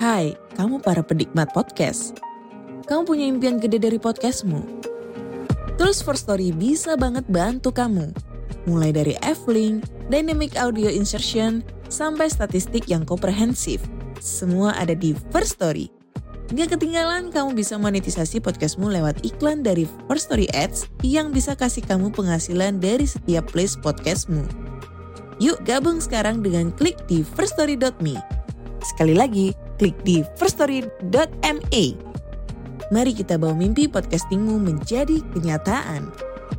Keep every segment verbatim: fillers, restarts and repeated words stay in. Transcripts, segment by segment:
Hai, kamu para penikmat podcast. Kamu punya impian gede dari podcastmu? Tools for Story bisa banget bantu kamu. Mulai dari F-Link, Dynamic Audio Insertion, sampai statistik yang komprehensif. Semua ada di First Story. Gak ketinggalan kamu bisa monetisasi podcastmu lewat iklan dari First Story Ads yang bisa kasih kamu penghasilan dari setiap place podcastmu. Yuk gabung sekarang dengan klik di first story dot me. Sekali lagi, klik di first story dot me. Mari kita bawa mimpi podcastingmu menjadi kenyataan.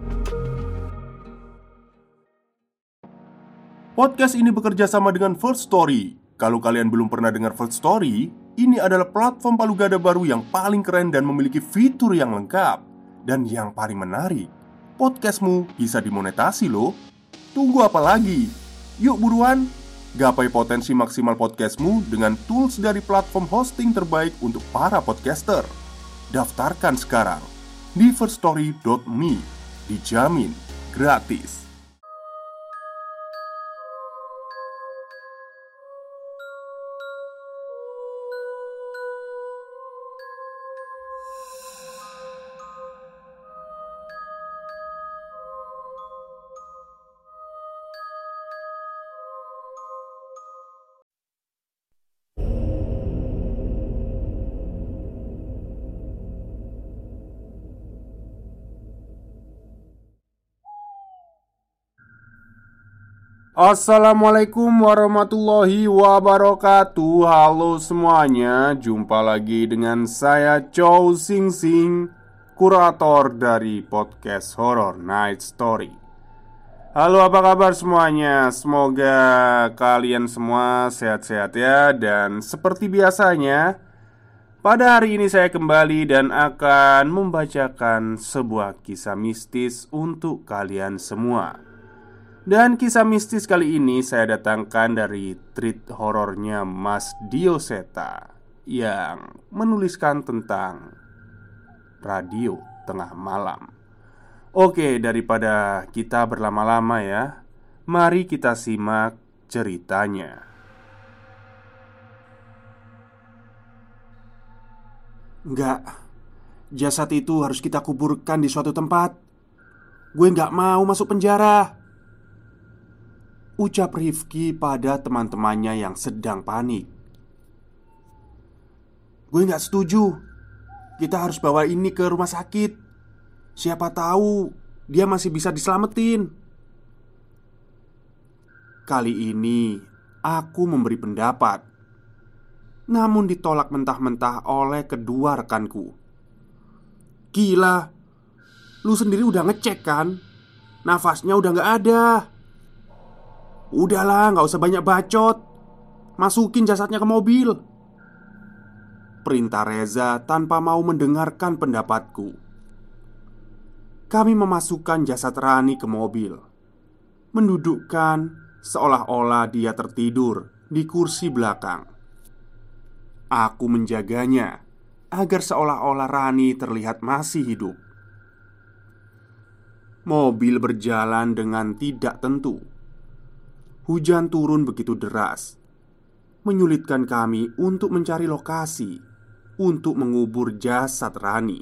Podcast ini bekerja sama dengan First Story. Kalau kalian belum pernah dengar First Story, ini adalah platform palu gada baru yang paling keren dan memiliki fitur yang lengkap. Dan yang paling menarik, podcastmu bisa dimonetasi loh. Tunggu apa lagi? Yuk buruan, gapai potensi maksimal podcastmu dengan tools dari platform hosting terbaik untuk para podcaster. Daftarkan sekarang di first story dot me. Dijamin gratis. Assalamualaikum warahmatullahi wabarakatuh. Halo semuanya, jumpa lagi dengan saya Chow Sing Sing, kurator dari podcast Horror Night Story. Halo, apa kabar semuanya? Semoga kalian semua sehat-sehat ya. Dan seperti biasanya, pada hari ini saya kembali dan akan membacakan sebuah kisah mistis untuk kalian semua. Dan kisah mistis kali ini saya datangkan dari treat horornya Mas Dioseta yang menuliskan tentang radio tengah malam. Oke, daripada kita berlama-lama ya, mari kita simak ceritanya. Enggak, jasad itu harus kita kuburkan di suatu tempat. Gue enggak mau masuk penjara, ucap Rifki pada teman-temannya yang sedang panik. Gue gak setuju. Kita harus bawa ini ke rumah sakit. Siapa tahu dia masih bisa diselamatin. Kali ini aku memberi pendapat, namun ditolak mentah-mentah oleh kedua rekanku. Gila, lu sendiri udah ngecek kan? Nafasnya udah gak ada. Udahlah, gak usah banyak bacot. Masukin jasadnya ke mobil, perintah Reza tanpa mau mendengarkan pendapatku. Kami memasukkan jasad Rani ke mobil, mendudukkan seolah-olah dia tertidur di kursi belakang. Aku menjaganya agar seolah-olah Rani terlihat masih hidup. Mobil berjalan dengan tidak tentu. Hujan turun begitu deras, menyulitkan kami untuk mencari lokasi untuk mengubur jasad Rani.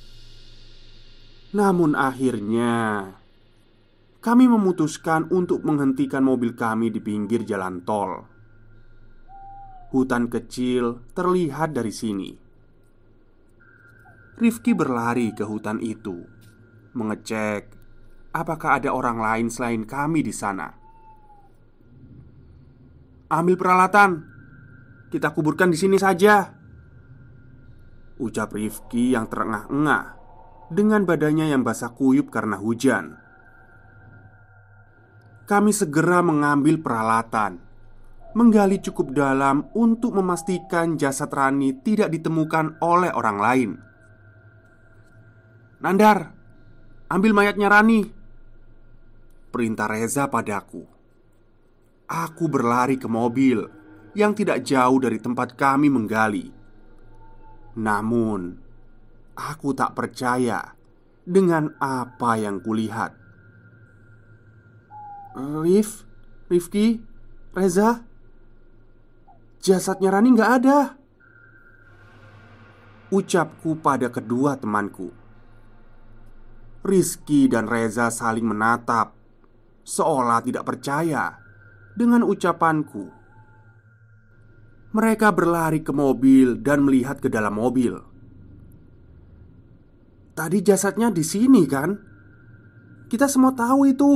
Namun akhirnya kami memutuskan untuk menghentikan mobil kami di pinggir jalan tol. Hutan kecil terlihat dari sini. Rifki berlari ke hutan itu, mengecek apakah ada orang lain selain kami di sana. Ambil peralatan, kita kuburkan di sini saja, ucap Rifki yang terengah-engah dengan badannya yang basah kuyup karena hujan. Kami segera mengambil peralatan, menggali cukup dalam untuk memastikan jasad Rani tidak ditemukan oleh orang lain. Nandar, ambil mayatnya Rani, perintah Reza padaku. Aku berlari ke mobil yang tidak jauh dari tempat kami menggali. Namun, aku tak percaya dengan apa yang kulihat. Rif, Rifki, Reza, jasadnya Rani gak ada. ucapku pada kedua temanku. Rizky dan Reza saling menatap, seolah tidak percaya dengan ucapanku. Mereka berlari ke mobil dan melihat ke dalam mobil. Tadi jasadnya di sini kan? Kita semua tahu itu.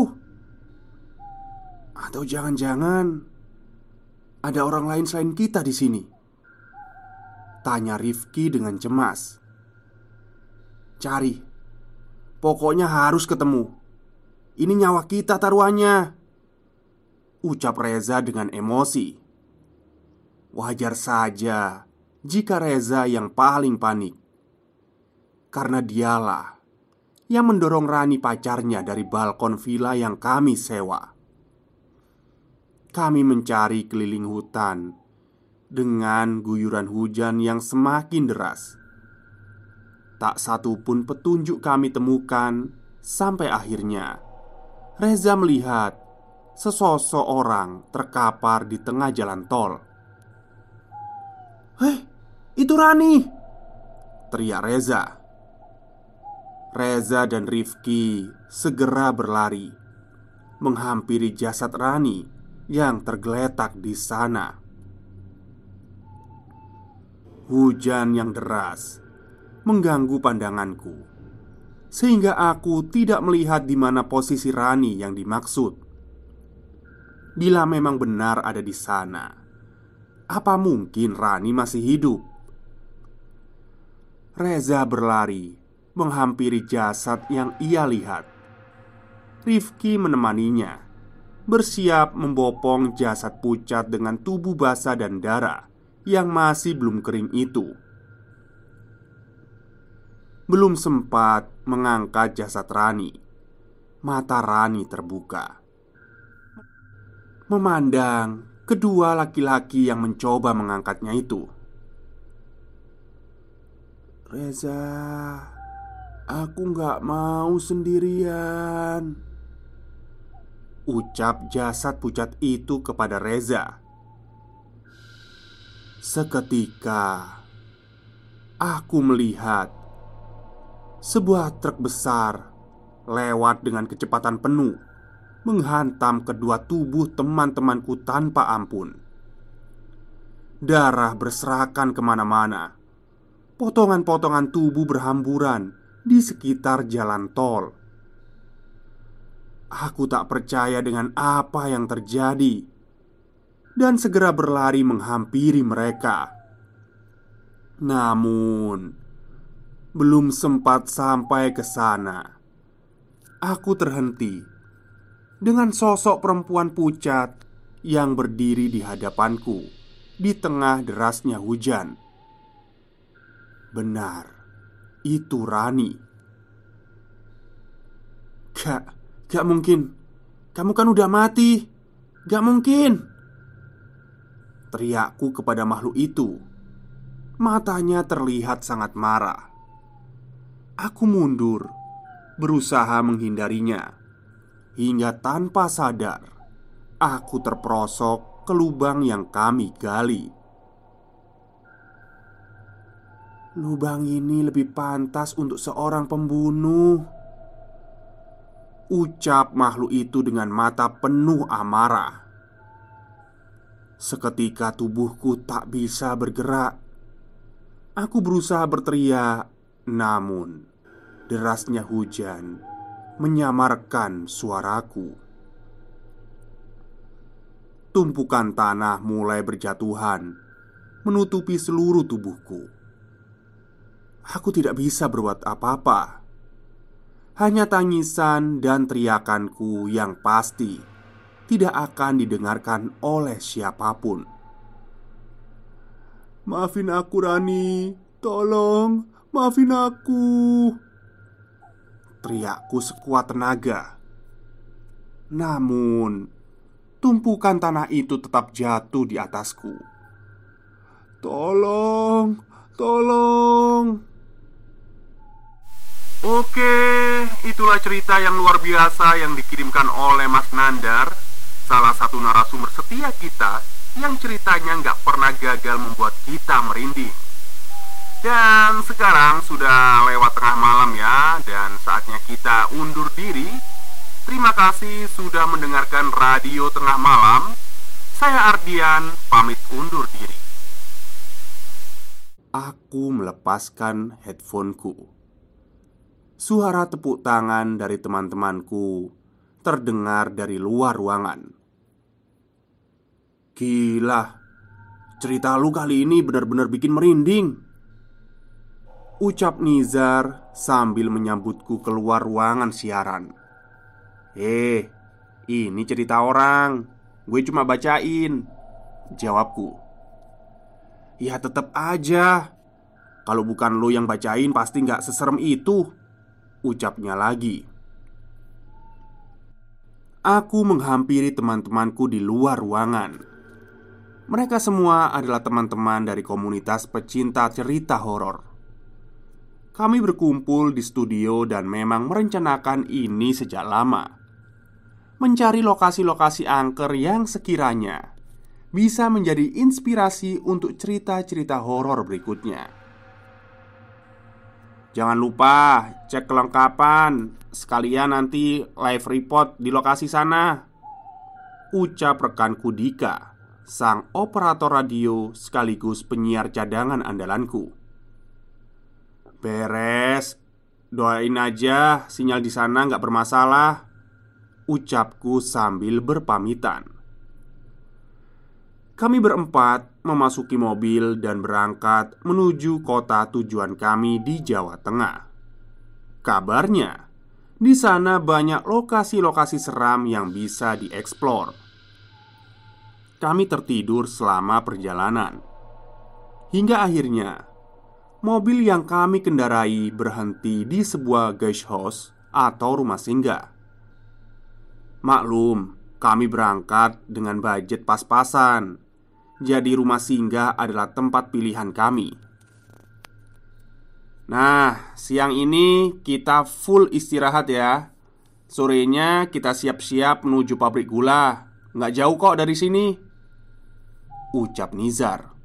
Atau jangan-jangan ada orang lain selain kita di sini? Tanya Rifki dengan cemas. Cari, pokoknya harus ketemu. Ini nyawa kita taruhannya, ucap Reza dengan emosi. Wajar saja jika Reza yang paling panik, karena dialah yang mendorong Rani pacarnya dari balkon villa yang kami sewa. Kami mencari keliling hutan dengan guyuran hujan yang semakin deras. Tak satu pun petunjuk kami temukan sampai akhirnya Reza melihat sesosok orang terkapar di tengah jalan tol. "Hei, itu Rani!" teriak Reza. Reza dan Rifki segera berlari menghampiri jasad Rani yang tergeletak di sana. Hujan yang deras mengganggu pandanganku, sehingga aku tidak melihat di mana posisi Rani yang dimaksud. Bila memang benar ada di sana, apa mungkin Rani masih hidup? Reza berlari menghampiri jasad yang ia lihat. Rifki menemaninya, bersiap membopong jasad pucat dengan tubuh basah dan darah yang masih belum kering itu. Belum sempat mengangkat jasad Rani, mata Rani terbuka, memandang kedua laki-laki yang mencoba mengangkatnya itu. "Reza, aku gak mau sendirian," ucap jasad pucat itu kepada Reza. Seketika aku melihat sebuah truk besar lewat dengan kecepatan penuh, menghantam kedua tubuh teman-temanku tanpa ampun. Darah berserakan kemana-mana. Potongan-potongan tubuh berhamburan di sekitar jalan tol. Aku tak percaya dengan apa yang terjadi dan segera berlari menghampiri mereka. Namun, belum sempat sampai ke sana, aku terhenti dengan sosok perempuan pucat yang berdiri di hadapanku di tengah derasnya hujan. Benar, itu Rani. Gak, gak mungkin. Kamu kan udah mati. Gak mungkin, teriakku kepada makhluk itu. Matanya terlihat sangat marah. Aku mundur, berusaha menghindarinya, hingga tanpa sadar aku terperosok ke lubang yang kami gali. Lubang ini lebih pantas untuk seorang pembunuh, ucap makhluk itu dengan mata penuh amarah. Seketika tubuhku tak bisa bergerak. Aku berusaha berteriak, namun derasnya hujan menyamarkan suaraku. Tumpukan tanah mulai berjatuhan, menutupi seluruh tubuhku. Aku tidak bisa berbuat apa-apa. Hanya tangisan dan teriakanku yang pasti tidak akan didengarkan oleh siapapun. "Maafin aku, Rani. Tolong, maafin aku," teriakku sekuat tenaga. Namun, tumpukan tanah itu tetap jatuh di atasku. "Tolong, tolong." Oke, itulah cerita yang luar biasa yang dikirimkan oleh Mas Nandar, salah satu narasumber setia kita yang ceritanya nggak pernah gagal membuat kita merinding. Dan sekarang sudah lewat tengah malam ya, dan saatnya kita undur diri. Terima kasih sudah mendengarkan Radio Tengah Malam. Saya Ardian, pamit undur diri. Aku melepaskan headphoneku. Suara tepuk tangan dari teman-temanku terdengar dari luar ruangan. Gila, cerita lu kali ini benar-benar bikin merinding, ucap Nizar sambil menyambutku keluar ruangan siaran. Eh, ini cerita orang, gue cuma bacain, jawabku. Ya tetep aja, kalau bukan lo yang bacain pasti gak seserem itu, ucapnya lagi. Aku menghampiri teman-temanku di luar ruangan. Mereka semua adalah teman-teman dari komunitas pecinta cerita horor. Kami berkumpul di studio dan memang merencanakan ini sejak lama. Mencari lokasi-lokasi angker yang sekiranya bisa menjadi inspirasi untuk cerita-cerita horor berikutnya. Jangan lupa cek kelengkapan, sekalian nanti live report di lokasi sana, ucap rekanku Dika, sang operator radio sekaligus penyiar cadangan andalanku. Beres, doain aja sinyal di sana nggak bermasalah, ucapku sambil berpamitan. Kami berempat memasuki mobil dan berangkat menuju kota tujuan kami di Jawa Tengah. Kabarnya, di sana banyak lokasi-lokasi seram yang bisa dieksplor. Kami tertidur selama perjalanan. Hingga akhirnya mobil yang kami kendarai berhenti di sebuah guest house atau rumah singgah. Maklum, kami berangkat dengan budget pas-pasan. Jadi rumah singgah adalah tempat pilihan kami. Nah, siang ini kita full istirahat ya. Sorenya kita siap-siap menuju pabrik gula. Nggak jauh kok dari sini, ucap Nizar.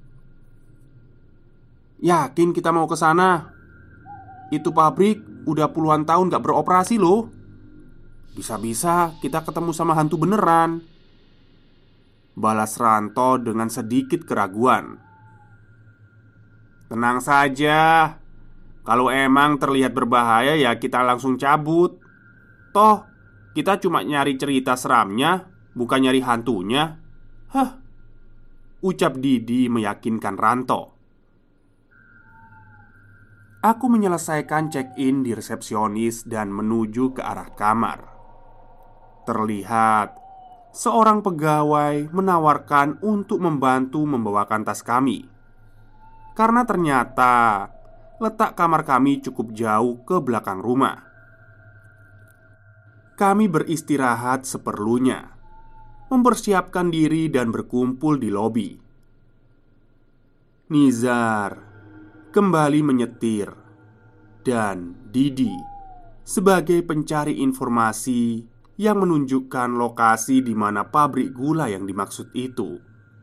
Yakin kita mau ke sana? Itu pabrik udah puluhan tahun gak beroperasi loh. Bisa-bisa kita ketemu sama hantu beneran, balas Ranto dengan sedikit keraguan. Tenang saja, kalau emang terlihat berbahaya ya kita langsung cabut. Toh, kita cuma nyari cerita seramnya, bukan nyari hantunya. Hah, ucap Didi meyakinkan Ranto. Aku menyelesaikan check-in di resepsionis dan menuju ke arah kamar. Terlihat seorang pegawai menawarkan untuk membantu membawakan tas kami, karena ternyata letak kamar kami cukup jauh ke belakang rumah. Kami beristirahat seperlunya, mempersiapkan diri dan berkumpul di lobi. Nizar kembali menyetir dan Didi sebagai pencari informasi yang menunjukkan lokasi di mana pabrik gula yang dimaksud itu.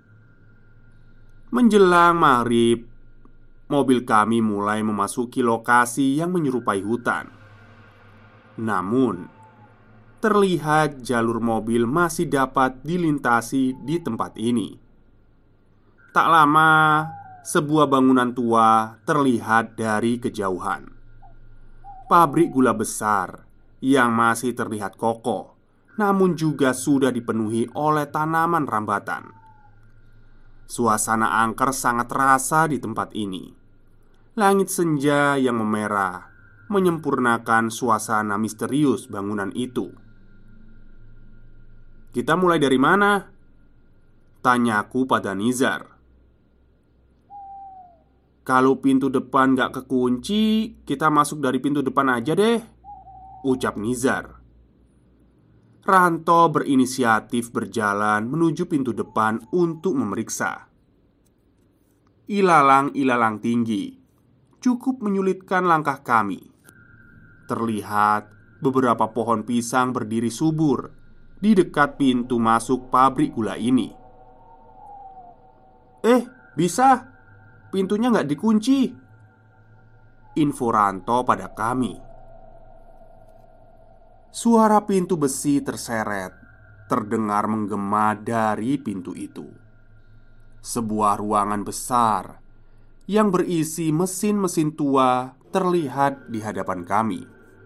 Menjelang maghrib, mobil kami mulai memasuki lokasi yang menyerupai hutan. Namun, terlihat jalur mobil masih dapat dilintasi di tempat ini. Tak lama, sebuah bangunan tua terlihat dari kejauhan. Pabrik gula besar yang masih terlihat kokoh, namun juga sudah dipenuhi oleh tanaman rambatan. Suasana angker sangat terasa di tempat ini. Langit senja yang memerah menyempurnakan suasana misterius bangunan itu. Kita mulai dari mana? Tanyaku pada Nizar. Kalau pintu depan gak kekunci, kita masuk dari pintu depan aja deh, ucap Nizar. Ranto berinisiatif berjalan menuju pintu depan untuk memeriksa. Ilalang-ilalang tinggi cukup menyulitkan langkah kami. Terlihat beberapa pohon pisang berdiri subur di dekat pintu masuk pabrik gula ini. Eh, bisa? Pintunya nggak dikunci, info Ranto pada kami. Suara pintu besi terseret terdengar menggema dari pintu itu. Sebuah ruangan besar yang berisi mesin-mesin tua terlihat di hadapan kami.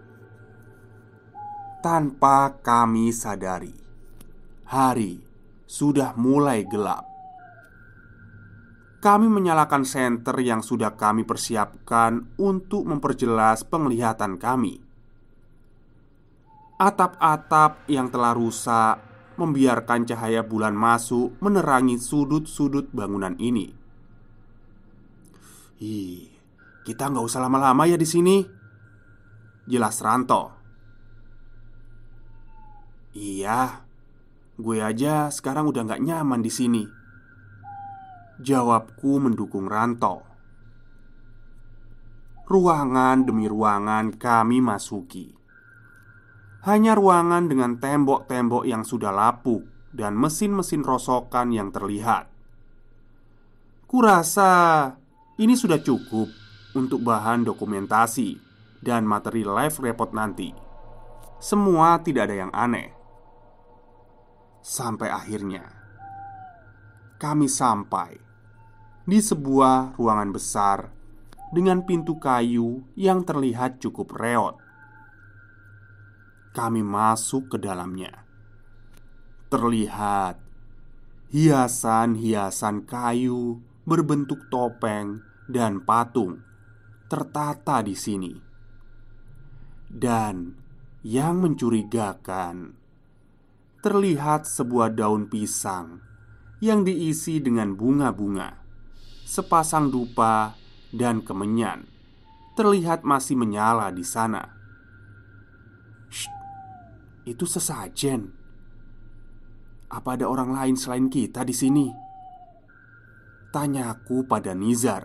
Tanpa kami sadari, hari sudah mulai gelap. Kami menyalakan senter yang sudah kami persiapkan untuk memperjelas penglihatan kami. Atap-atap yang telah rusak membiarkan cahaya bulan masuk menerangi sudut-sudut bangunan ini. Ih, kita nggak usah lama-lama ya di sini, jelas Ranto. Iya, gue aja sekarang udah nggak nyaman di sini, jawabku mendukung Ranto. Ruangan demi ruangan kami masuki. Hanya ruangan dengan tembok-tembok yang sudah lapuk dan mesin-mesin rosokan yang terlihat. Kurasa ini sudah cukup untuk bahan dokumentasi dan materi live report nanti. Semua tidak ada yang aneh. Sampai akhirnya kami sampai di sebuah ruangan besar dengan pintu kayu yang terlihat cukup reot. Kami masuk ke dalamnya. Terlihat hiasan-hiasan kayu berbentuk topeng dan patung tertata di sini. Dan yang mencurigakan, terlihat sebuah daun pisang yang diisi dengan bunga-bunga. Sepasang dupa dan kemenyan terlihat masih menyala di sana. Shh, itu sesajen. Apa ada orang lain selain kita di sini? Tanyaku pada Nizar.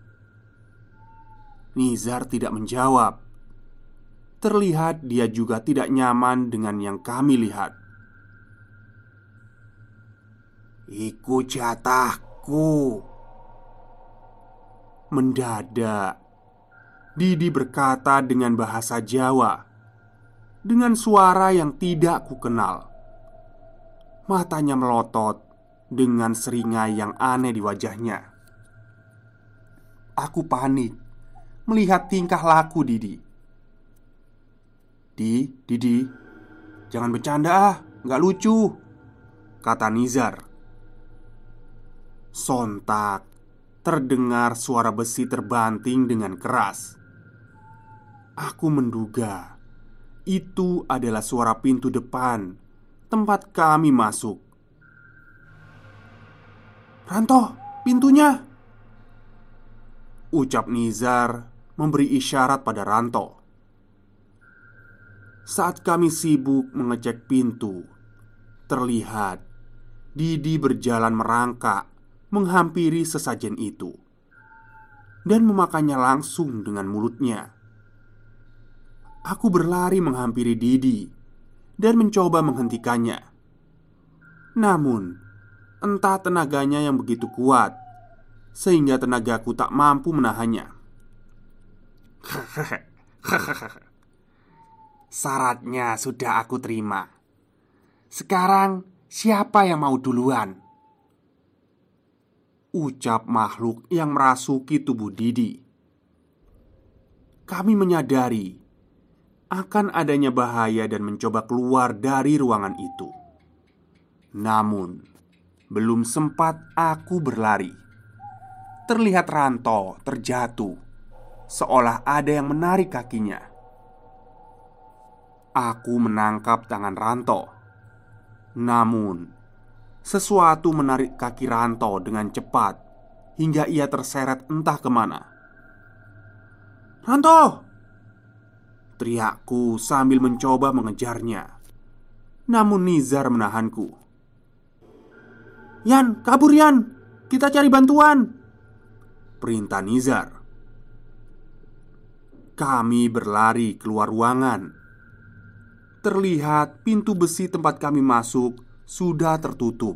Nizar tidak menjawab. Terlihat dia juga tidak nyaman dengan yang kami lihat. Iku jatahku. Mendadak Didi berkata dengan bahasa Jawa, dengan suara yang tidak kukenal. Matanya melotot dengan seringai yang aneh di wajahnya. Aku panik melihat tingkah laku Didi. Di, Didi, jangan bercanda ah, gak lucu, kata Nizar. Sontak terdengar suara besi terbanting dengan keras. Aku menduga itu adalah suara pintu depan tempat kami masuk. Ranto, pintunya, ucap Nizar memberi isyarat pada Ranto. Saat kami sibuk mengecek pintu, terlihat Didi berjalan merangkak menghampiri sesajen itu dan memakannya langsung dengan mulutnya. Aku berlari menghampiri Didi dan mencoba menghentikannya. Namun, entah tenaganya yang begitu kuat sehingga tenagaku tak mampu menahannya. Syaratnya sudah aku terima. Sekarang siapa yang mau duluan? Ucap makhluk yang merasuki tubuh Didi. Kami menyadari akan adanya bahaya dan mencoba keluar dari ruangan itu. Namun, belum sempat aku berlari, terlihat Ranto terjatuh, seolah ada yang menarik kakinya. Aku menangkap tangan Ranto. Namun, sesuatu menarik kaki Ranto dengan cepat hingga ia terseret entah kemana. Ranto! Teriakku sambil mencoba mengejarnya. Namun Nizar menahanku. Yan, kabur Yan, kita cari bantuan, perintah Nizar. Kami berlari keluar ruangan. Terlihat pintu besi tempat kami masuk sudah tertutup.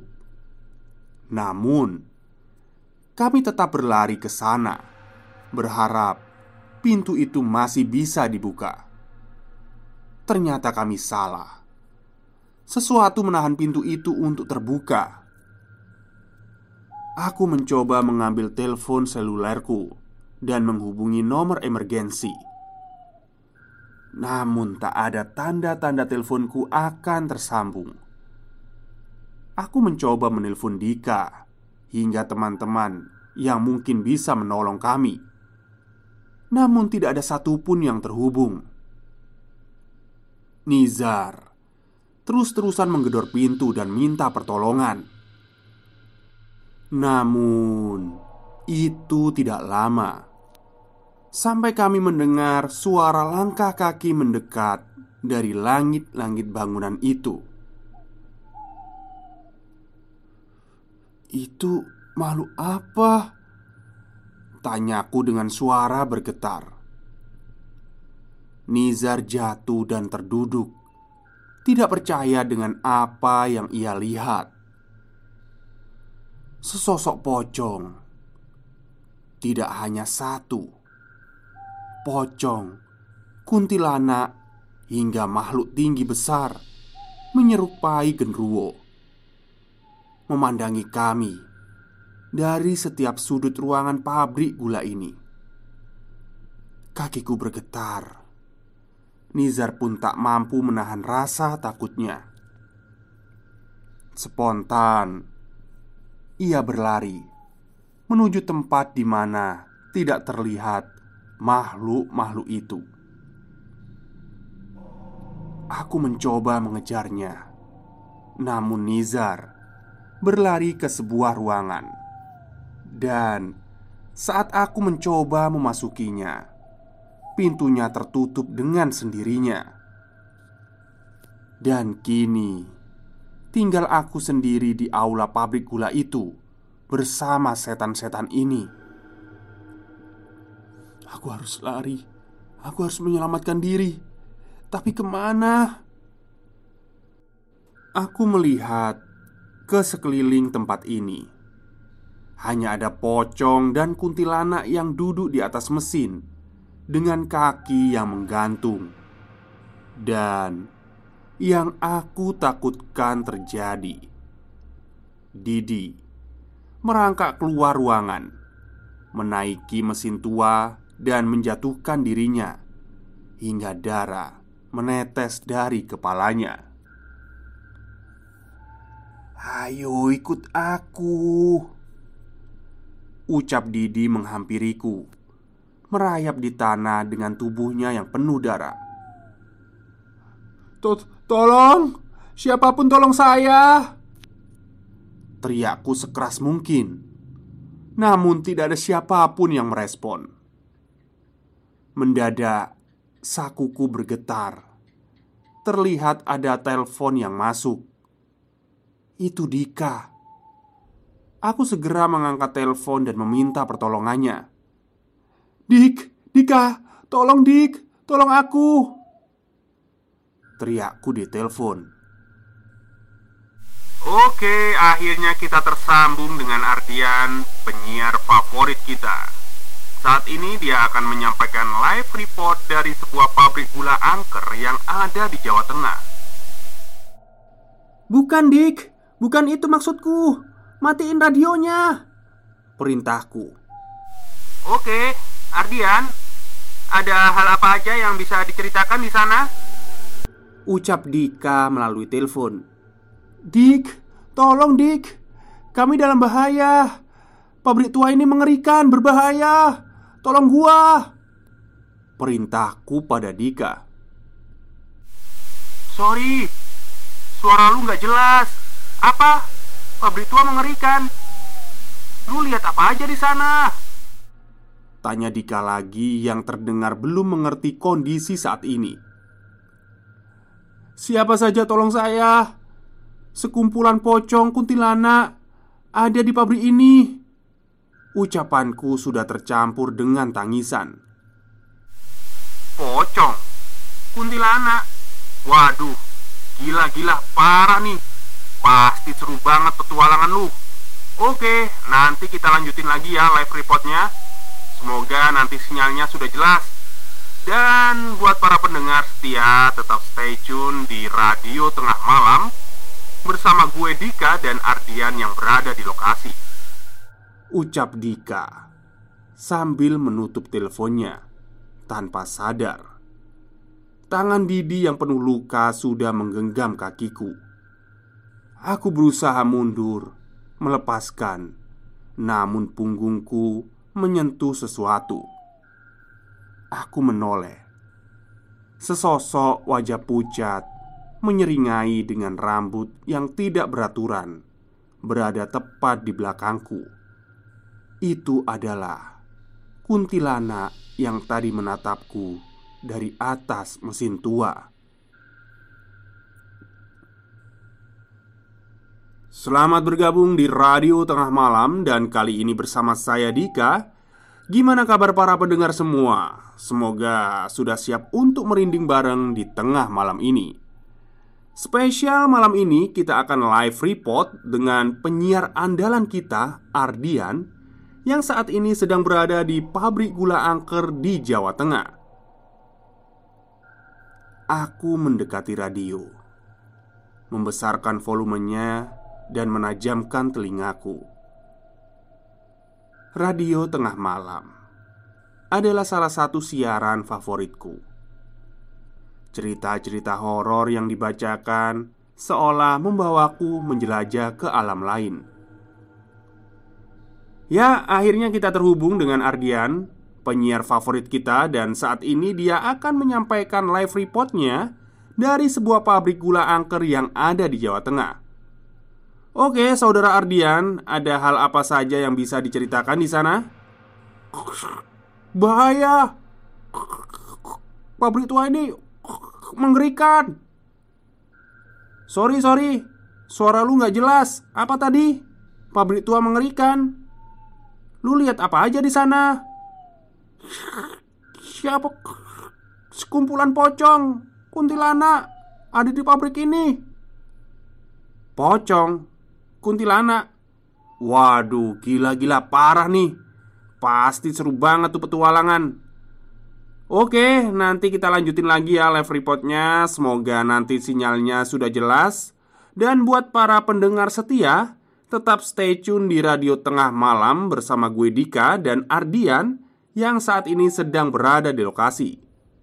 Namun, kami tetap berlari ke sana, berharap pintu itu masih bisa dibuka. Ternyata kami salah. Sesuatu menahan pintu itu untuk terbuka. Aku mencoba mengambil telepon selulerku dan menghubungi nomor emergensi. Namun tak ada tanda-tanda teleponku akan tersambung. Aku mencoba menelpon Dika hingga teman-teman yang mungkin bisa menolong kami. Namun tidak ada satupun yang terhubung. Nizar terus-terusan menggedor pintu dan minta pertolongan. Namun itu tidak lama sampai kami mendengar suara langkah kaki mendekat dari langit-langit bangunan itu. Itu makhluk apa? Tanyaku dengan suara bergetar. Nizar jatuh dan terduduk, tidak percaya dengan apa yang ia lihat. Sesosok pocong. Tidak hanya satu. Pocong, kuntilanak, hingga makhluk tinggi besar menyerupai genderuwo memandangi kami dari setiap sudut ruangan pabrik gula ini. Kakiku bergetar. Nizar pun tak mampu menahan rasa takutnya. Spontan ia berlari menuju tempat di mana tidak terlihat makhluk-makhluk itu. Aku mencoba mengejarnya, namun Nizar berlari ke sebuah ruangan. Dan saat aku mencoba memasukinya, pintunya tertutup dengan sendirinya. Dan kini tinggal aku sendiri di aula pabrik gula itu bersama setan-setan ini. Aku harus lari. Aku harus menyelamatkan diri. Tapi kemana? Aku melihat ke sekeliling tempat ini. Hanya ada pocong dan kuntilanak yang duduk di atas mesin dengan kaki yang menggantung. Dan yang aku takutkan terjadi, Didi merangkak keluar ruangan, menaiki mesin tua dan menjatuhkan dirinya hingga darah menetes dari kepalanya. "Ayo ikut aku," ucap Didi menghampiriku, merayap di tanah dengan tubuhnya yang penuh darah. "Tolong, siapapun tolong saya!" teriakku sekeras mungkin. Namun tidak ada siapapun yang merespon. Mendadak sakuku bergetar. Terlihat ada telepon yang masuk. Itu Dika. Aku segera mengangkat telepon dan meminta pertolongannya. "Dik, Dika, tolong Dik, tolong aku!" teriakku di telepon. Oke, akhirnya kita tersambung dengan Ardian, penyiar favorit kita. Saat ini dia akan menyampaikan live report dari sebuah pabrik gula angker yang ada di Jawa Tengah. "Bukan Dik, bukan itu maksudku. Matiin radionya," perintahku. Oke, Ardian, ada hal apa aja yang bisa diceritakan di sana? Ucap Dika melalui telepon. "Dik, tolong Dik, kami dalam bahaya. Pabrik tua ini mengerikan, berbahaya. Tolong gua," perintahku pada Dika. "Sorry, suara lu gak jelas. Apa? Pabrik tua mengerikan? Lu lihat apa aja di sana?" tanya Dika lagi yang terdengar belum mengerti kondisi saat ini. "Siapa saja tolong saya. Sekumpulan pocong kuntilanak ada di pabrik ini," ucapanku sudah tercampur dengan tangisan. "Pocong? Kuntilanak? Waduh, gila-gila, parah nih. Pasti seru banget petualangan lu. Oke, nanti kita lanjutin lagi ya live reportnya. Semoga nanti sinyalnya sudah jelas. Dan buat para pendengar setia, tetap stay tune di Radio Tengah Malam bersama gue Dika dan Ardian yang berada di lokasi. Ucap Dika sambil menutup teleponnya tanpa sadar. Tangan Didi yang penuh luka sudah menggenggam kakiku. Aku berusaha mundur, melepaskan, namun punggungku menyentuh sesuatu. Aku menoleh. Sesosok wajah pucat menyeringai dengan rambut yang tidak beraturan berada tepat di belakangku. Itu adalah kuntilanak yang tadi menatapku dari atas mesin tua. Selamat bergabung di Radio Tengah Malam, dan kali ini bersama saya Dika. Gimana kabar para pendengar semua? Semoga sudah siap untuk merinding bareng di tengah malam ini. Spesial malam ini kita akan live report dengan penyiar andalan kita, Ardian, yang saat ini sedang berada di pabrik gula angker di Jawa Tengah. Aku mendekati radio, membesarkan volumenya dan menajamkan telingaku. Radio Tengah Malam adalah salah satu siaran favoritku. Cerita-cerita horor yang dibacakan seolah membawaku menjelajah ke alam lain. Ya, akhirnya kita terhubung dengan Ardian, penyiar favorit kita, dan saat ini dia akan menyampaikan live reportnya dari sebuah pabrik gula angker yang ada di Jawa Tengah. Oke, saudara Ardian, ada hal apa saja yang bisa diceritakan di sana? Bahaya. Pabrik tua ini mengerikan. Sorry, sorry, suara lu gak jelas. Apa tadi? Pabrik tua mengerikan. Lu lihat apa aja di sana? Siapa? Sekumpulan pocong, kuntilanak ada di pabrik ini. Pocong, kuntilanak. Waduh, gila-gila parah nih. Pasti seru banget tuh petualangan. Oke, nanti kita lanjutin lagi ya live reportnya. Semoga nanti sinyalnya sudah jelas. Dan buat para pendengar setia, tetap stay tune di Radio Tengah Malam bersama gue Dika dan Ardian yang saat ini sedang berada di lokasi.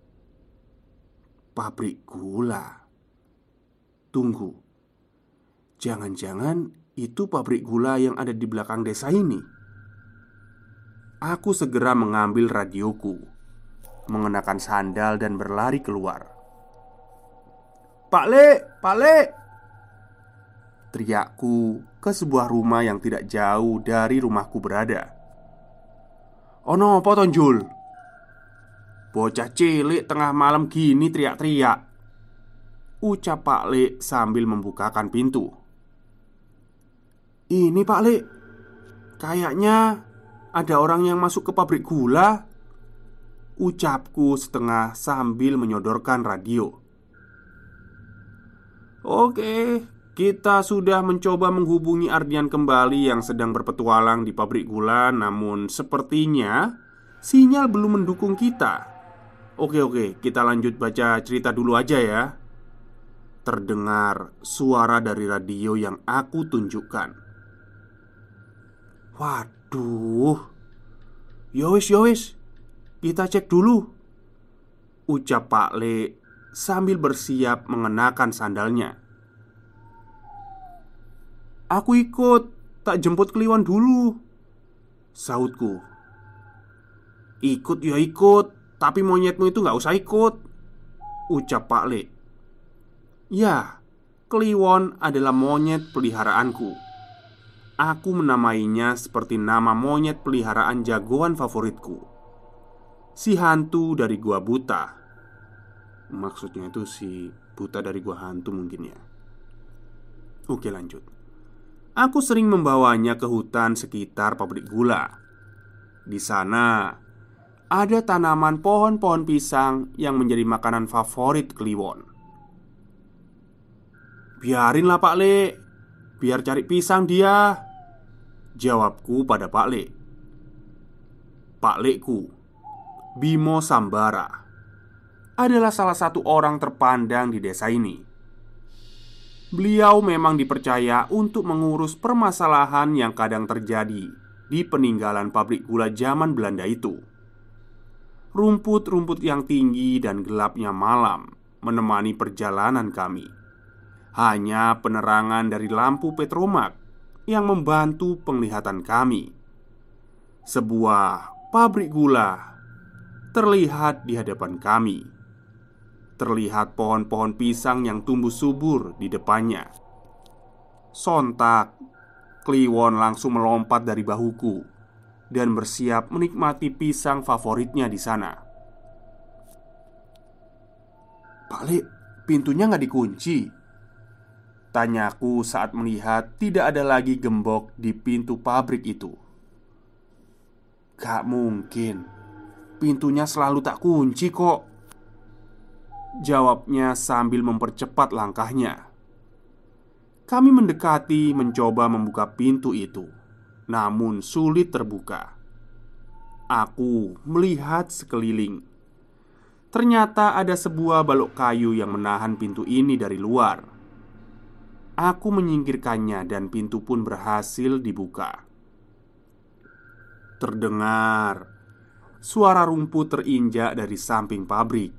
Pabrik gula. Tunggu, jangan-jangan itu pabrik gula yang ada di belakang desa ini. Aku segera mengambil radioku, mengenakan sandal dan berlari keluar. Pak Le, Pak Le, teriakku ke sebuah rumah yang tidak jauh dari rumahku berada. Ono apa tonjol? Bocah cilik tengah malam gini teriak-teriak, ucap Pak Le sambil membukakan pintu. Ini Pak Le, kayaknya ada orang yang masuk ke pabrik gula, ucapku setengah sambil menyodorkan radio. Oke, kita sudah mencoba menghubungi Ardian kembali yang sedang berpetualang di pabrik gula, namun sepertinya sinyal belum mendukung kita. Oke oke, kita lanjut baca cerita dulu aja ya. Terdengar suara dari radio yang aku tunjukkan. Waduh, yowis yowis, kita cek dulu, ucap Pak Le sambil bersiap mengenakan sandalnya. Aku ikut, tak jemput Kliwon dulu, sahutku. Ikut ya ikut, tapi monyetmu itu gak usah ikut, ucap Pak Le. Ya, Kliwon adalah monyet peliharaanku. Aku menamainya seperti nama monyet peliharaan jagoan favoritku, si hantu dari gua buta. Maksudnya itu si buta dari gua hantu mungkin ya. Oke lanjut. Aku sering membawanya ke hutan sekitar pabrik gula. Di sana ada tanaman pohon-pohon pisang yang menjadi makanan favorit Kliwon. Biarinlah Pak Le, biar cari pisang dia, jawabku pada Pak Le. Pak Leku, Bimo Sambara, adalah salah satu orang terpandang di desa ini. Beliau memang dipercaya untuk mengurus permasalahan yang kadang terjadi di peninggalan pabrik gula zaman Belanda itu. Rumput-rumput yang tinggi dan gelapnya malam menemani perjalanan kami. Hanya penerangan dari lampu petromak yang membantu penglihatan kami. Sebuah pabrik gula terlihat di hadapan kami. Terlihat pohon-pohon pisang yang tumbuh subur di depannya. Sontak, Kliwon langsung melompat dari bahuku dan bersiap menikmati pisang favoritnya di sana. "Pak Le, pintunya nggak dikunci?" tanyaku saat melihat tidak ada lagi gembok di pintu pabrik itu. "Gak mungkin, pintunya selalu tak kunci kok," jawabnya sambil mempercepat langkahnya. Kami mendekati mencoba membuka pintu itu, namun sulit terbuka. Aku melihat sekeliling. Ternyata ada sebuah balok kayu yang menahan pintu ini dari luar. Aku menyingkirkannya dan pintu pun berhasil dibuka. Terdengar suara rumput terinjak dari samping pabrik.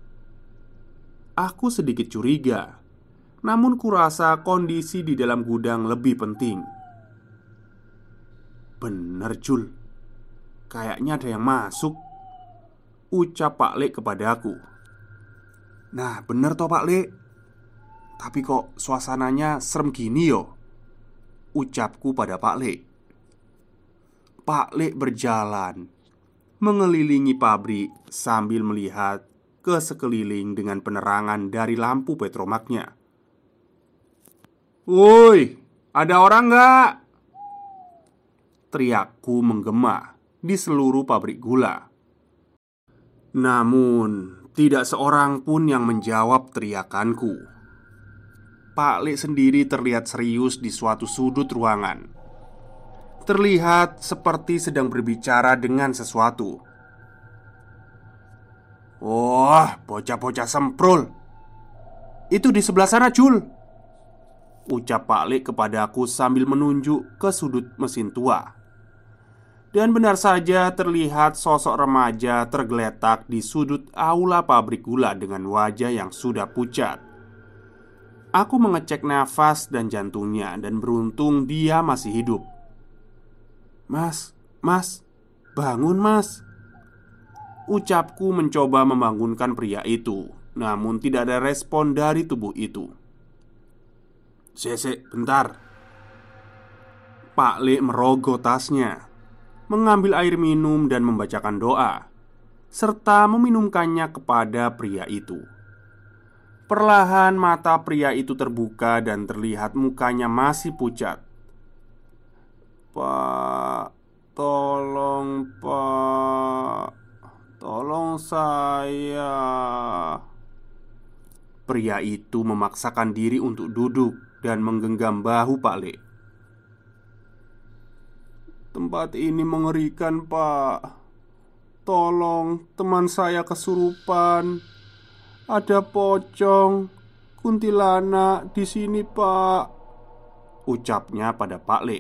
Aku sedikit curiga, namun kurasa kondisi di dalam gudang lebih penting. "Bener, Jul, kayaknya ada yang masuk," ucap Pak Le kepadaku. "Nah bener toh Pak Le, tapi kok suasananya serem gini yo," ucapku pada Pak Le. Pak Le berjalan mengelilingi pabrik sambil melihat ke sekeliling dengan penerangan dari lampu petromaknya. "Woi, ada orang nggak?" teriakku menggema di seluruh pabrik gula. Namun tidak seorang pun yang menjawab teriakanku. Pak Le sendiri terlihat serius di suatu sudut ruangan. Terlihat seperti sedang berbicara dengan sesuatu. "Wah, bocah-bocah semprul. Itu di sebelah sana, Jul," ucap Pak Le kepadaku sambil menunjuk ke sudut mesin tua. Dan benar saja terlihat sosok remaja tergeletak di sudut aula pabrik gula dengan wajah yang sudah pucat. Aku mengecek nafas dan jantungnya dan beruntung dia masih hidup. "Mas, mas, bangun mas," ucapku mencoba membangunkan pria itu. Namun tidak ada respon dari tubuh itu. "Sese, bentar." Pak Le merogoh tasnya, mengambil air minum dan membacakan doa, serta meminumkannya kepada pria itu. Perlahan mata pria itu terbuka dan terlihat mukanya masih pucat. "Pak, tolong Pak, tolong saya." Pria itu memaksakan diri untuk duduk dan menggenggam bahu Pak Le. "Tempat ini mengerikan Pak. Tolong, teman saya kesurupan. Ada pocong, kuntilanak di sini Pak," ucapnya pada Pak Le.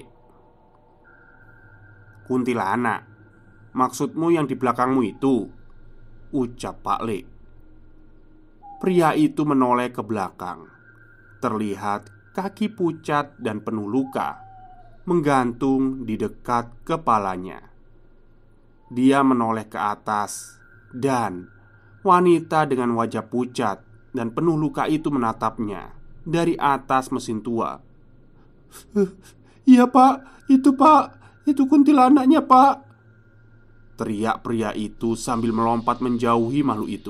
"Kuntilanak? Maksudmu yang di belakangmu itu?" ucap Pak Le. Pria itu menoleh ke belakang. Terlihat kaki pucat dan penuh luka menggantung di dekat kepalanya. Dia menoleh ke atas dan wanita dengan wajah pucat dan penuh luka itu menatapnya dari atas mesin tua. "Iya Pak, itu Pak, itu kuntilanaknya Pak," teriak pria itu sambil melompat menjauhi makhluk itu.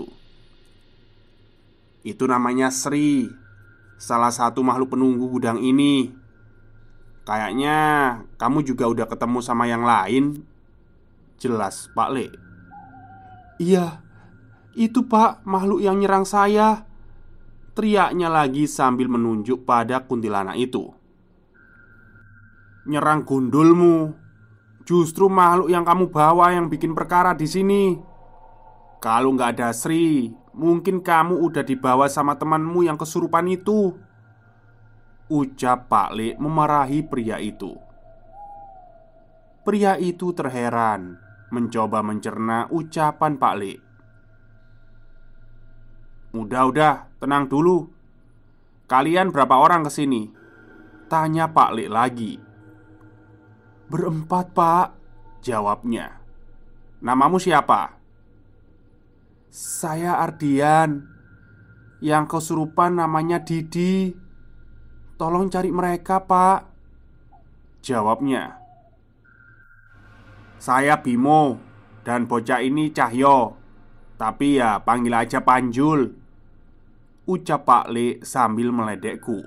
"Itu namanya Sri, salah satu makhluk penunggu gudang ini. Kayaknya kamu juga udah ketemu sama yang lain," jelas Pak Le. "Iya, itu Pak, makhluk yang nyerang saya," teriaknya lagi sambil menunjuk pada kuntilanak itu. "Nyerang gundulmu. Justru makhluk yang kamu bawa yang bikin perkara di sini. Kalau nggak ada Sri, mungkin kamu udah dibawa sama temanmu yang kesurupan itu," ucap Pak Le memarahi pria itu. Pria itu terheran, mencoba mencerna ucapan Pak Le. "Udah-udah, tenang dulu. Kalian berapa orang kesini?" tanya Pak Le lagi. "Berempat, Pak," jawabnya. "Namamu siapa?" "Saya Ardian. Yang kesurupan namanya Didi. Tolong cari mereka, Pak," jawabnya. "Saya Bimo, dan bocah ini Cahyo. Tapi ya panggil aja Panjul," ucap Pak Le sambil meledekku.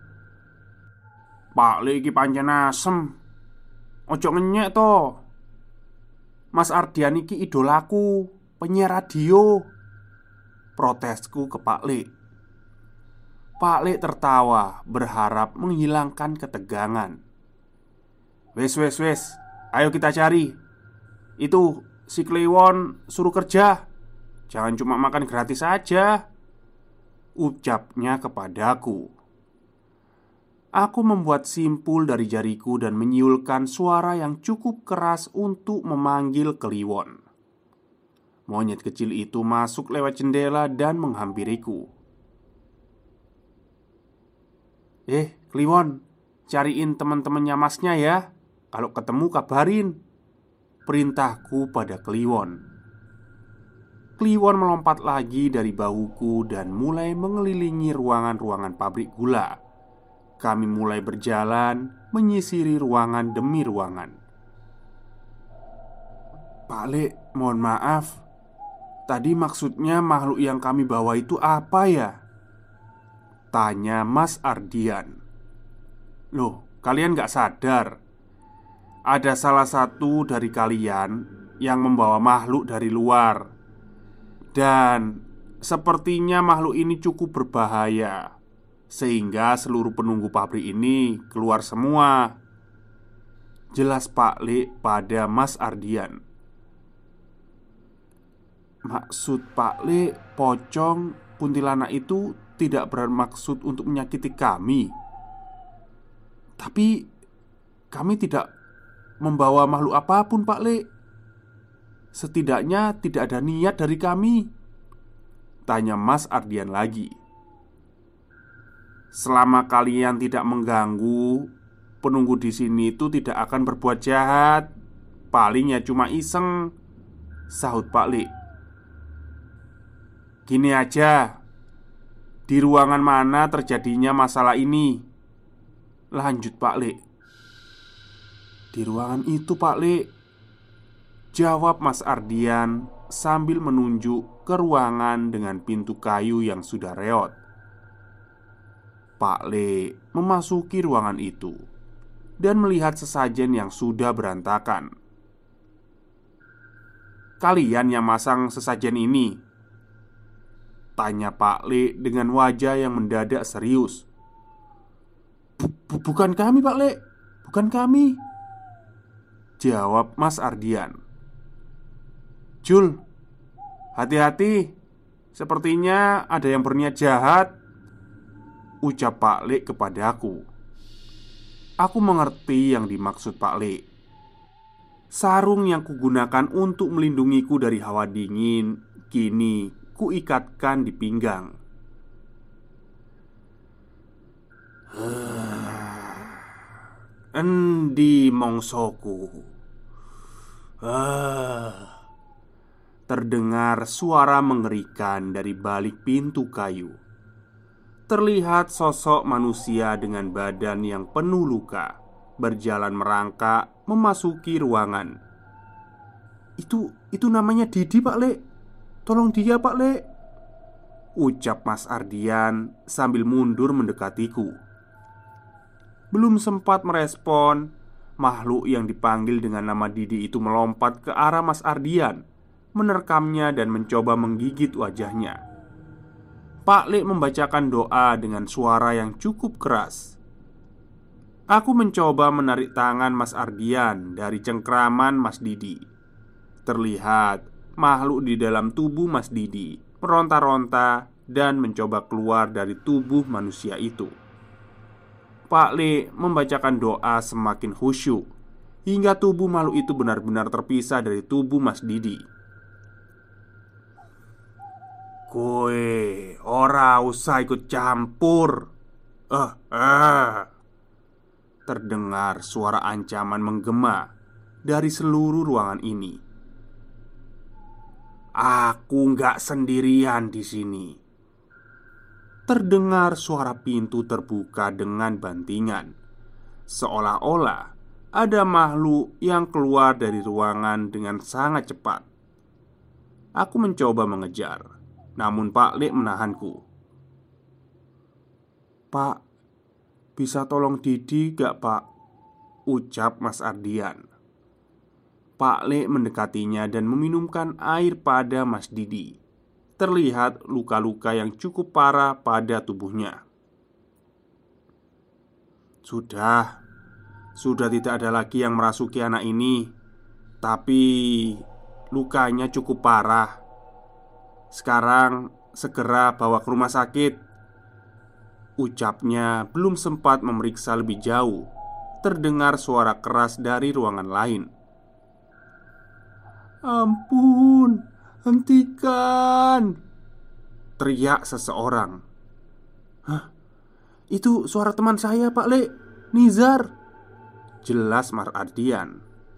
"Pak Le iki pancen asem. Ojo ngenyek to. Mas Ardian iki idolaku, penyiar radio," protesku ke Pak Le. Pak Le tertawa, berharap menghilangkan ketegangan. "Wes wes wes, ayo kita cari. Itu si Kliwon suruh kerja. Jangan cuma makan gratis aja," ucapnya kepadaku. Aku membuat simpul dari jariku dan menyiulkan suara yang cukup keras untuk memanggil Kliwon. Monyet kecil itu masuk lewat jendela dan menghampiriku. "Eh, Kliwon, cariin teman-temannya masnya ya. Kalau ketemu kabarin," perintahku pada Kliwon. Kliwon melompat lagi dari bahuku dan mulai mengelilingi ruangan-ruangan pabrik gula. Kami mulai berjalan, menyisiri ruangan demi ruangan. "Pak Le, mohon maaf. Tadi maksudnya makhluk yang kami bawa itu apa ya?" tanya Mas Ardian. "Loh, kalian gak sadar? Ada salah satu dari kalian yang membawa makhluk dari luar. Dan sepertinya makhluk ini cukup berbahaya, sehingga seluruh penunggu pabrik ini keluar semua," jelas Pak Le pada Mas Ardian. "Maksud Pak Le, pocong kuntilanak itu tidak bermaksud untuk menyakiti kami. Tapi kami tidak membawa makhluk apapun, Pak Le. Setidaknya tidak ada niat dari kami," tanya Mas Ardian lagi. "Selama kalian tidak mengganggu, penunggu di sini itu tidak akan berbuat jahat. Paling ya cuma iseng," sahut Pak Le. "Gini aja, di ruangan mana terjadinya masalah ini?" lanjut Pak Le. "Di ruangan itu, Pak Le," jawab Mas Ardian sambil menunjuk ke ruangan dengan pintu kayu yang sudah reot. Pak Le memasuki ruangan itu dan melihat sesajen yang sudah berantakan. "Kalian yang masang sesajen ini?" tanya Pak Le dengan wajah yang mendadak serius. "Bukan kami, Pak Le. Bukan kami," jawab Mas Ardian. "Jul, hati-hati. Sepertinya ada yang berniat jahat," ucap Pak Le kepadaku. Aku mengerti yang dimaksud Pak Le. Sarung yang kugunakan untuk melindungiku dari hawa dingin kini kuikatkan di pinggang. "Endi mongsoku?" Ah. Terdengar suara mengerikan dari balik pintu kayu. Terlihat sosok manusia dengan badan yang penuh luka berjalan merangkak memasuki ruangan. Itu, itu namanya Didi, Pak Le. Tolong dia, Pak Le," ucap Mas Ardian sambil mundur mendekatiku. Belum sempat merespon, makhluk yang dipanggil dengan nama Didi itu melompat ke arah Mas Ardian, menerkamnya dan mencoba menggigit wajahnya. Pak Le membacakan doa dengan suara yang cukup keras. Aku mencoba menarik tangan Mas Ardian dari cengkraman Mas Didi. Terlihat makhluk di dalam tubuh Mas Didi meronta-ronta dan mencoba keluar dari tubuh manusia itu. Pak Le membacakan doa semakin khusyuk hingga tubuh makhluk itu benar-benar terpisah dari tubuh Mas Didi. "Kowe ora usah ikut campur." Eh, eh. Terdengar suara ancaman menggema dari seluruh ruangan ini. "Aku nggak sendirian di sini." Terdengar suara pintu terbuka dengan bantingan, seolah-olah ada makhluk yang keluar dari ruangan dengan sangat cepat. Aku mencoba mengejar, namun Pak Le menahanku. "Pak, bisa tolong Didi gak pak?" ucap Mas Ardian. Pak Le mendekatinya dan meminumkan air pada Mas Didi. Terlihat luka-luka yang cukup parah pada tubuhnya. Sudah, sudah tidak ada lagi yang merasuki anak ini. Tapi lukanya cukup parah. Sekarang segera bawa ke rumah sakit, ucapnya belum sempat memeriksa lebih jauh. Terdengar suara keras dari ruangan lain. "Ampun, hentikan!" teriak seseorang. "Hah? Itu suara teman saya, Pak Le, Nizar," jelas Mas Ardian.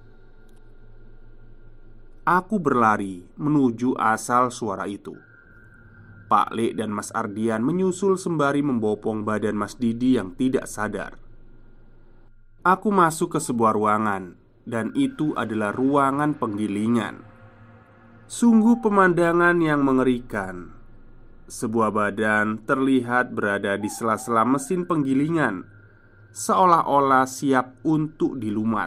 Aku berlari menuju asal suara itu. Pak Le dan Mas Ardian menyusul sembari membopong badan Mas Didi yang tidak sadar. Aku masuk ke sebuah ruangan, dan itu adalah ruangan penggilingan. Sungguh pemandangan yang mengerikan. Sebuah badan terlihat berada di sela-sela mesin penggilingan, seolah-olah siap untuk dilumat.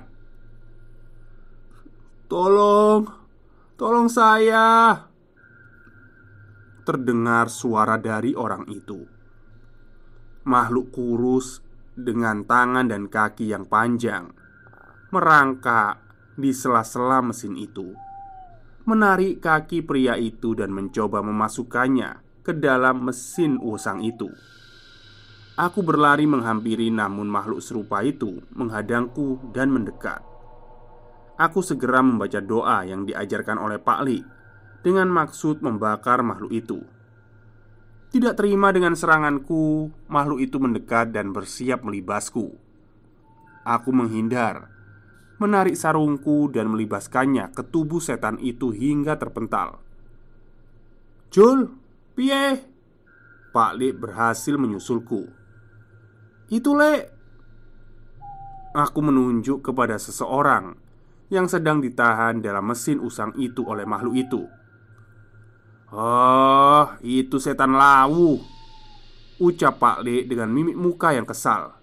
"Tolong, tolong saya!" terdengar suara dari orang itu. Makhluk kurus dengan tangan dan kaki yang panjang merangkak di sela-sela mesin itu, menarik kaki pria itu dan mencoba memasukkannya ke dalam mesin usang itu. Aku berlari menghampiri, namun makhluk serupa itu menghadangku dan mendekat. Aku segera membaca doa yang diajarkan oleh Pak Li dengan maksud membakar makhluk itu. Tidak terima dengan seranganku, makhluk itu mendekat dan bersiap melibasku. Aku menghindar, menarik sarungku dan melibaskannya ke tubuh setan itu hingga terpental. "Jul, piye?" Pak Le berhasil menyusulku. "Itu Le." Aku menunjuk kepada seseorang yang sedang ditahan dalam mesin usang itu oleh makhluk itu. "Oh, itu setan lawu," ucap Pak Le dengan mimik muka yang kesal.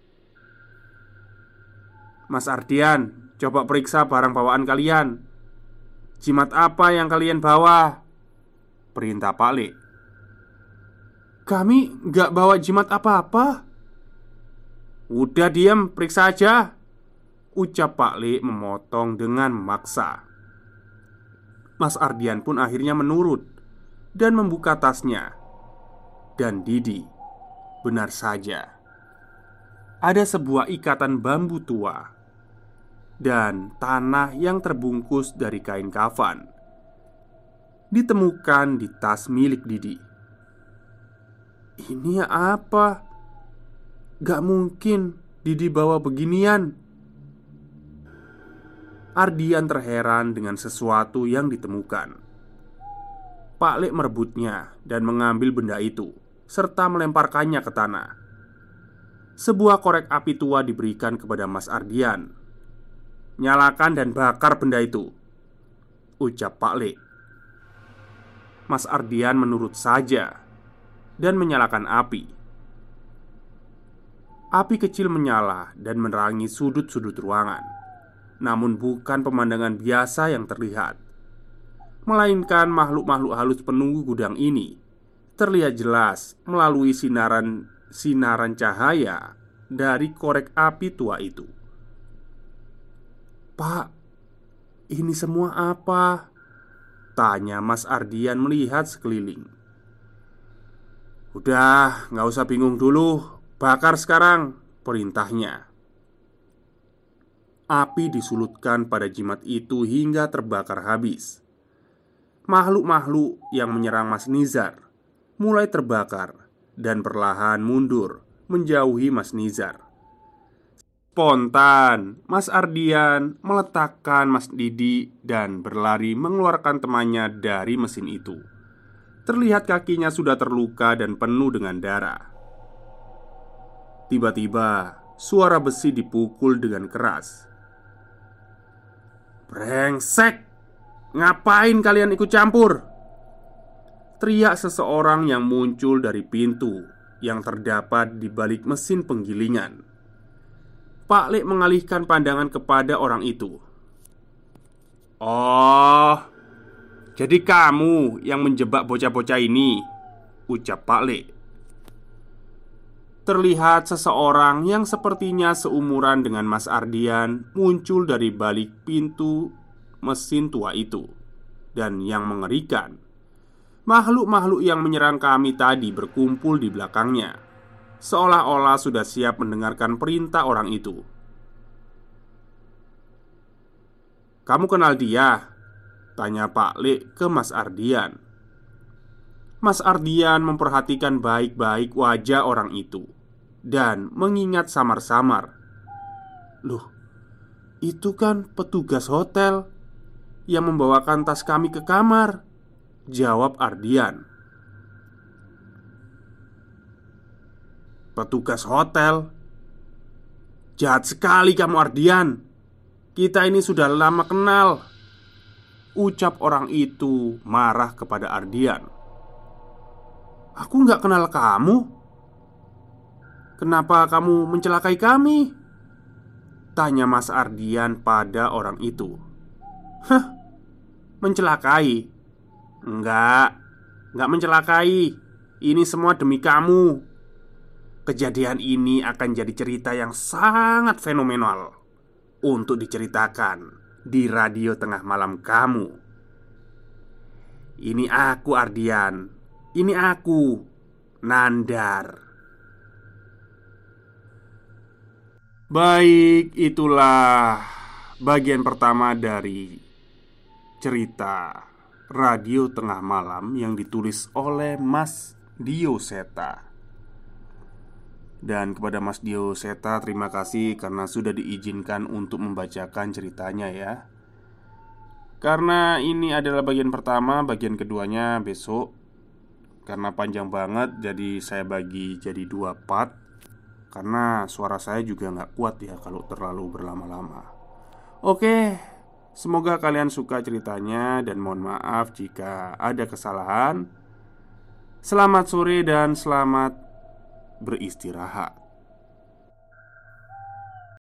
"Mas Ardian, coba periksa barang bawaan kalian. Jimat apa yang kalian bawa?" perintah Pak Le. "Kami gak bawa jimat apa-apa." "Udah diam, periksa aja," ucap Pak Le memotong dengan memaksa. Mas Ardian pun akhirnya menurut dan membuka tasnya. Dan Didi, benar saja, ada sebuah ikatan bambu tua dan tanah yang terbungkus dari kain kafan ditemukan di tas milik Didi. "Ini apa? Gak mungkin Didi bawa beginian." Ardian terheran dengan sesuatu yang ditemukan. Pak Le merebutnya dan mengambil benda itu serta melemparkannya ke tanah. Sebuah korek api tua diberikan kepada Mas Ardian. "Nyalakan dan bakar benda itu," ucap Pak Le. Mas Ardian menurut saja dan menyalakan api. Api kecil menyala dan menerangi sudut-sudut ruangan. Namun bukan pemandangan biasa yang terlihat, melainkan makhluk-makhluk halus penunggu gudang ini terlihat jelas melalui sinaran sinaran cahaya dari korek api tua itu. "Pak, ini semua apa?" Tanya Mas Ardian melihat sekeliling. "Udah, gak usah bingung dulu. Bakar sekarang," perintahnya. Api disulutkan pada jimat itu hingga terbakar habis. Makhluk-makhluk yang menyerang Mas Nizar mulai terbakar dan perlahan mundur menjauhi Mas Nizar. Spontan, Mas Ardian meletakkan Mas Didi dan berlari mengeluarkan temannya dari mesin itu. Terlihat kakinya sudah terluka dan penuh dengan darah. Tiba-tiba, suara besi dipukul dengan keras. "Brengsek! Ngapain kalian ikut campur?" teriak seseorang yang muncul dari pintu yang terdapat di balik mesin penggilingan. Pak Lek mengalihkan pandangan kepada orang itu. "Oh, jadi kamu yang menjebak bocah-bocah ini," ucap Pak Lek. Terlihat seseorang yang sepertinya seumuran dengan Mas Ardian muncul dari balik pintu mesin tua itu. Dan yang mengerikan, makhluk-makhluk yang menyerang kami tadi berkumpul di belakangnya, seolah-olah sudah siap mendengarkan perintah orang itu. "Kamu kenal dia?" tanya Pak Lek ke Mas Ardian. Mas Ardian memperhatikan baik-baik wajah orang itu dan mengingat samar-samar. "Loh, itu kan petugas hotel yang membawakan tas kami ke kamar," jawab Ardian. "Petugas hotel? Jahat sekali kamu, Ardian. Kita ini sudah lama kenal," ucap orang itu marah kepada Ardian. "Aku gak kenal kamu. Kenapa kamu mencelakai kami?" tanya Mas Ardian pada orang itu. "Hah? Mencelakai? Enggak, enggak mencelakai. Ini semua demi kamu. Kejadian ini akan jadi cerita yang sangat fenomenal untuk diceritakan di radio tengah malam kamu. Ini aku, Ardian. Ini aku, Nandar." Baik, itulah bagian pertama dari cerita Radio Tengah Malam yang ditulis oleh Mas Dio Seta. Dan kepada Mas Dio Seta, terima kasih karena sudah diizinkan untuk membacakan ceritanya ya. Karena ini adalah bagian pertama, bagian keduanya besok. Karena panjang banget, jadi saya bagi jadi dua part. Karena suara saya juga gak kuat ya kalau terlalu berlama-lama. Oke, semoga kalian suka ceritanya dan mohon maaf jika ada kesalahan. Selamat sore dan selamat beristirahat.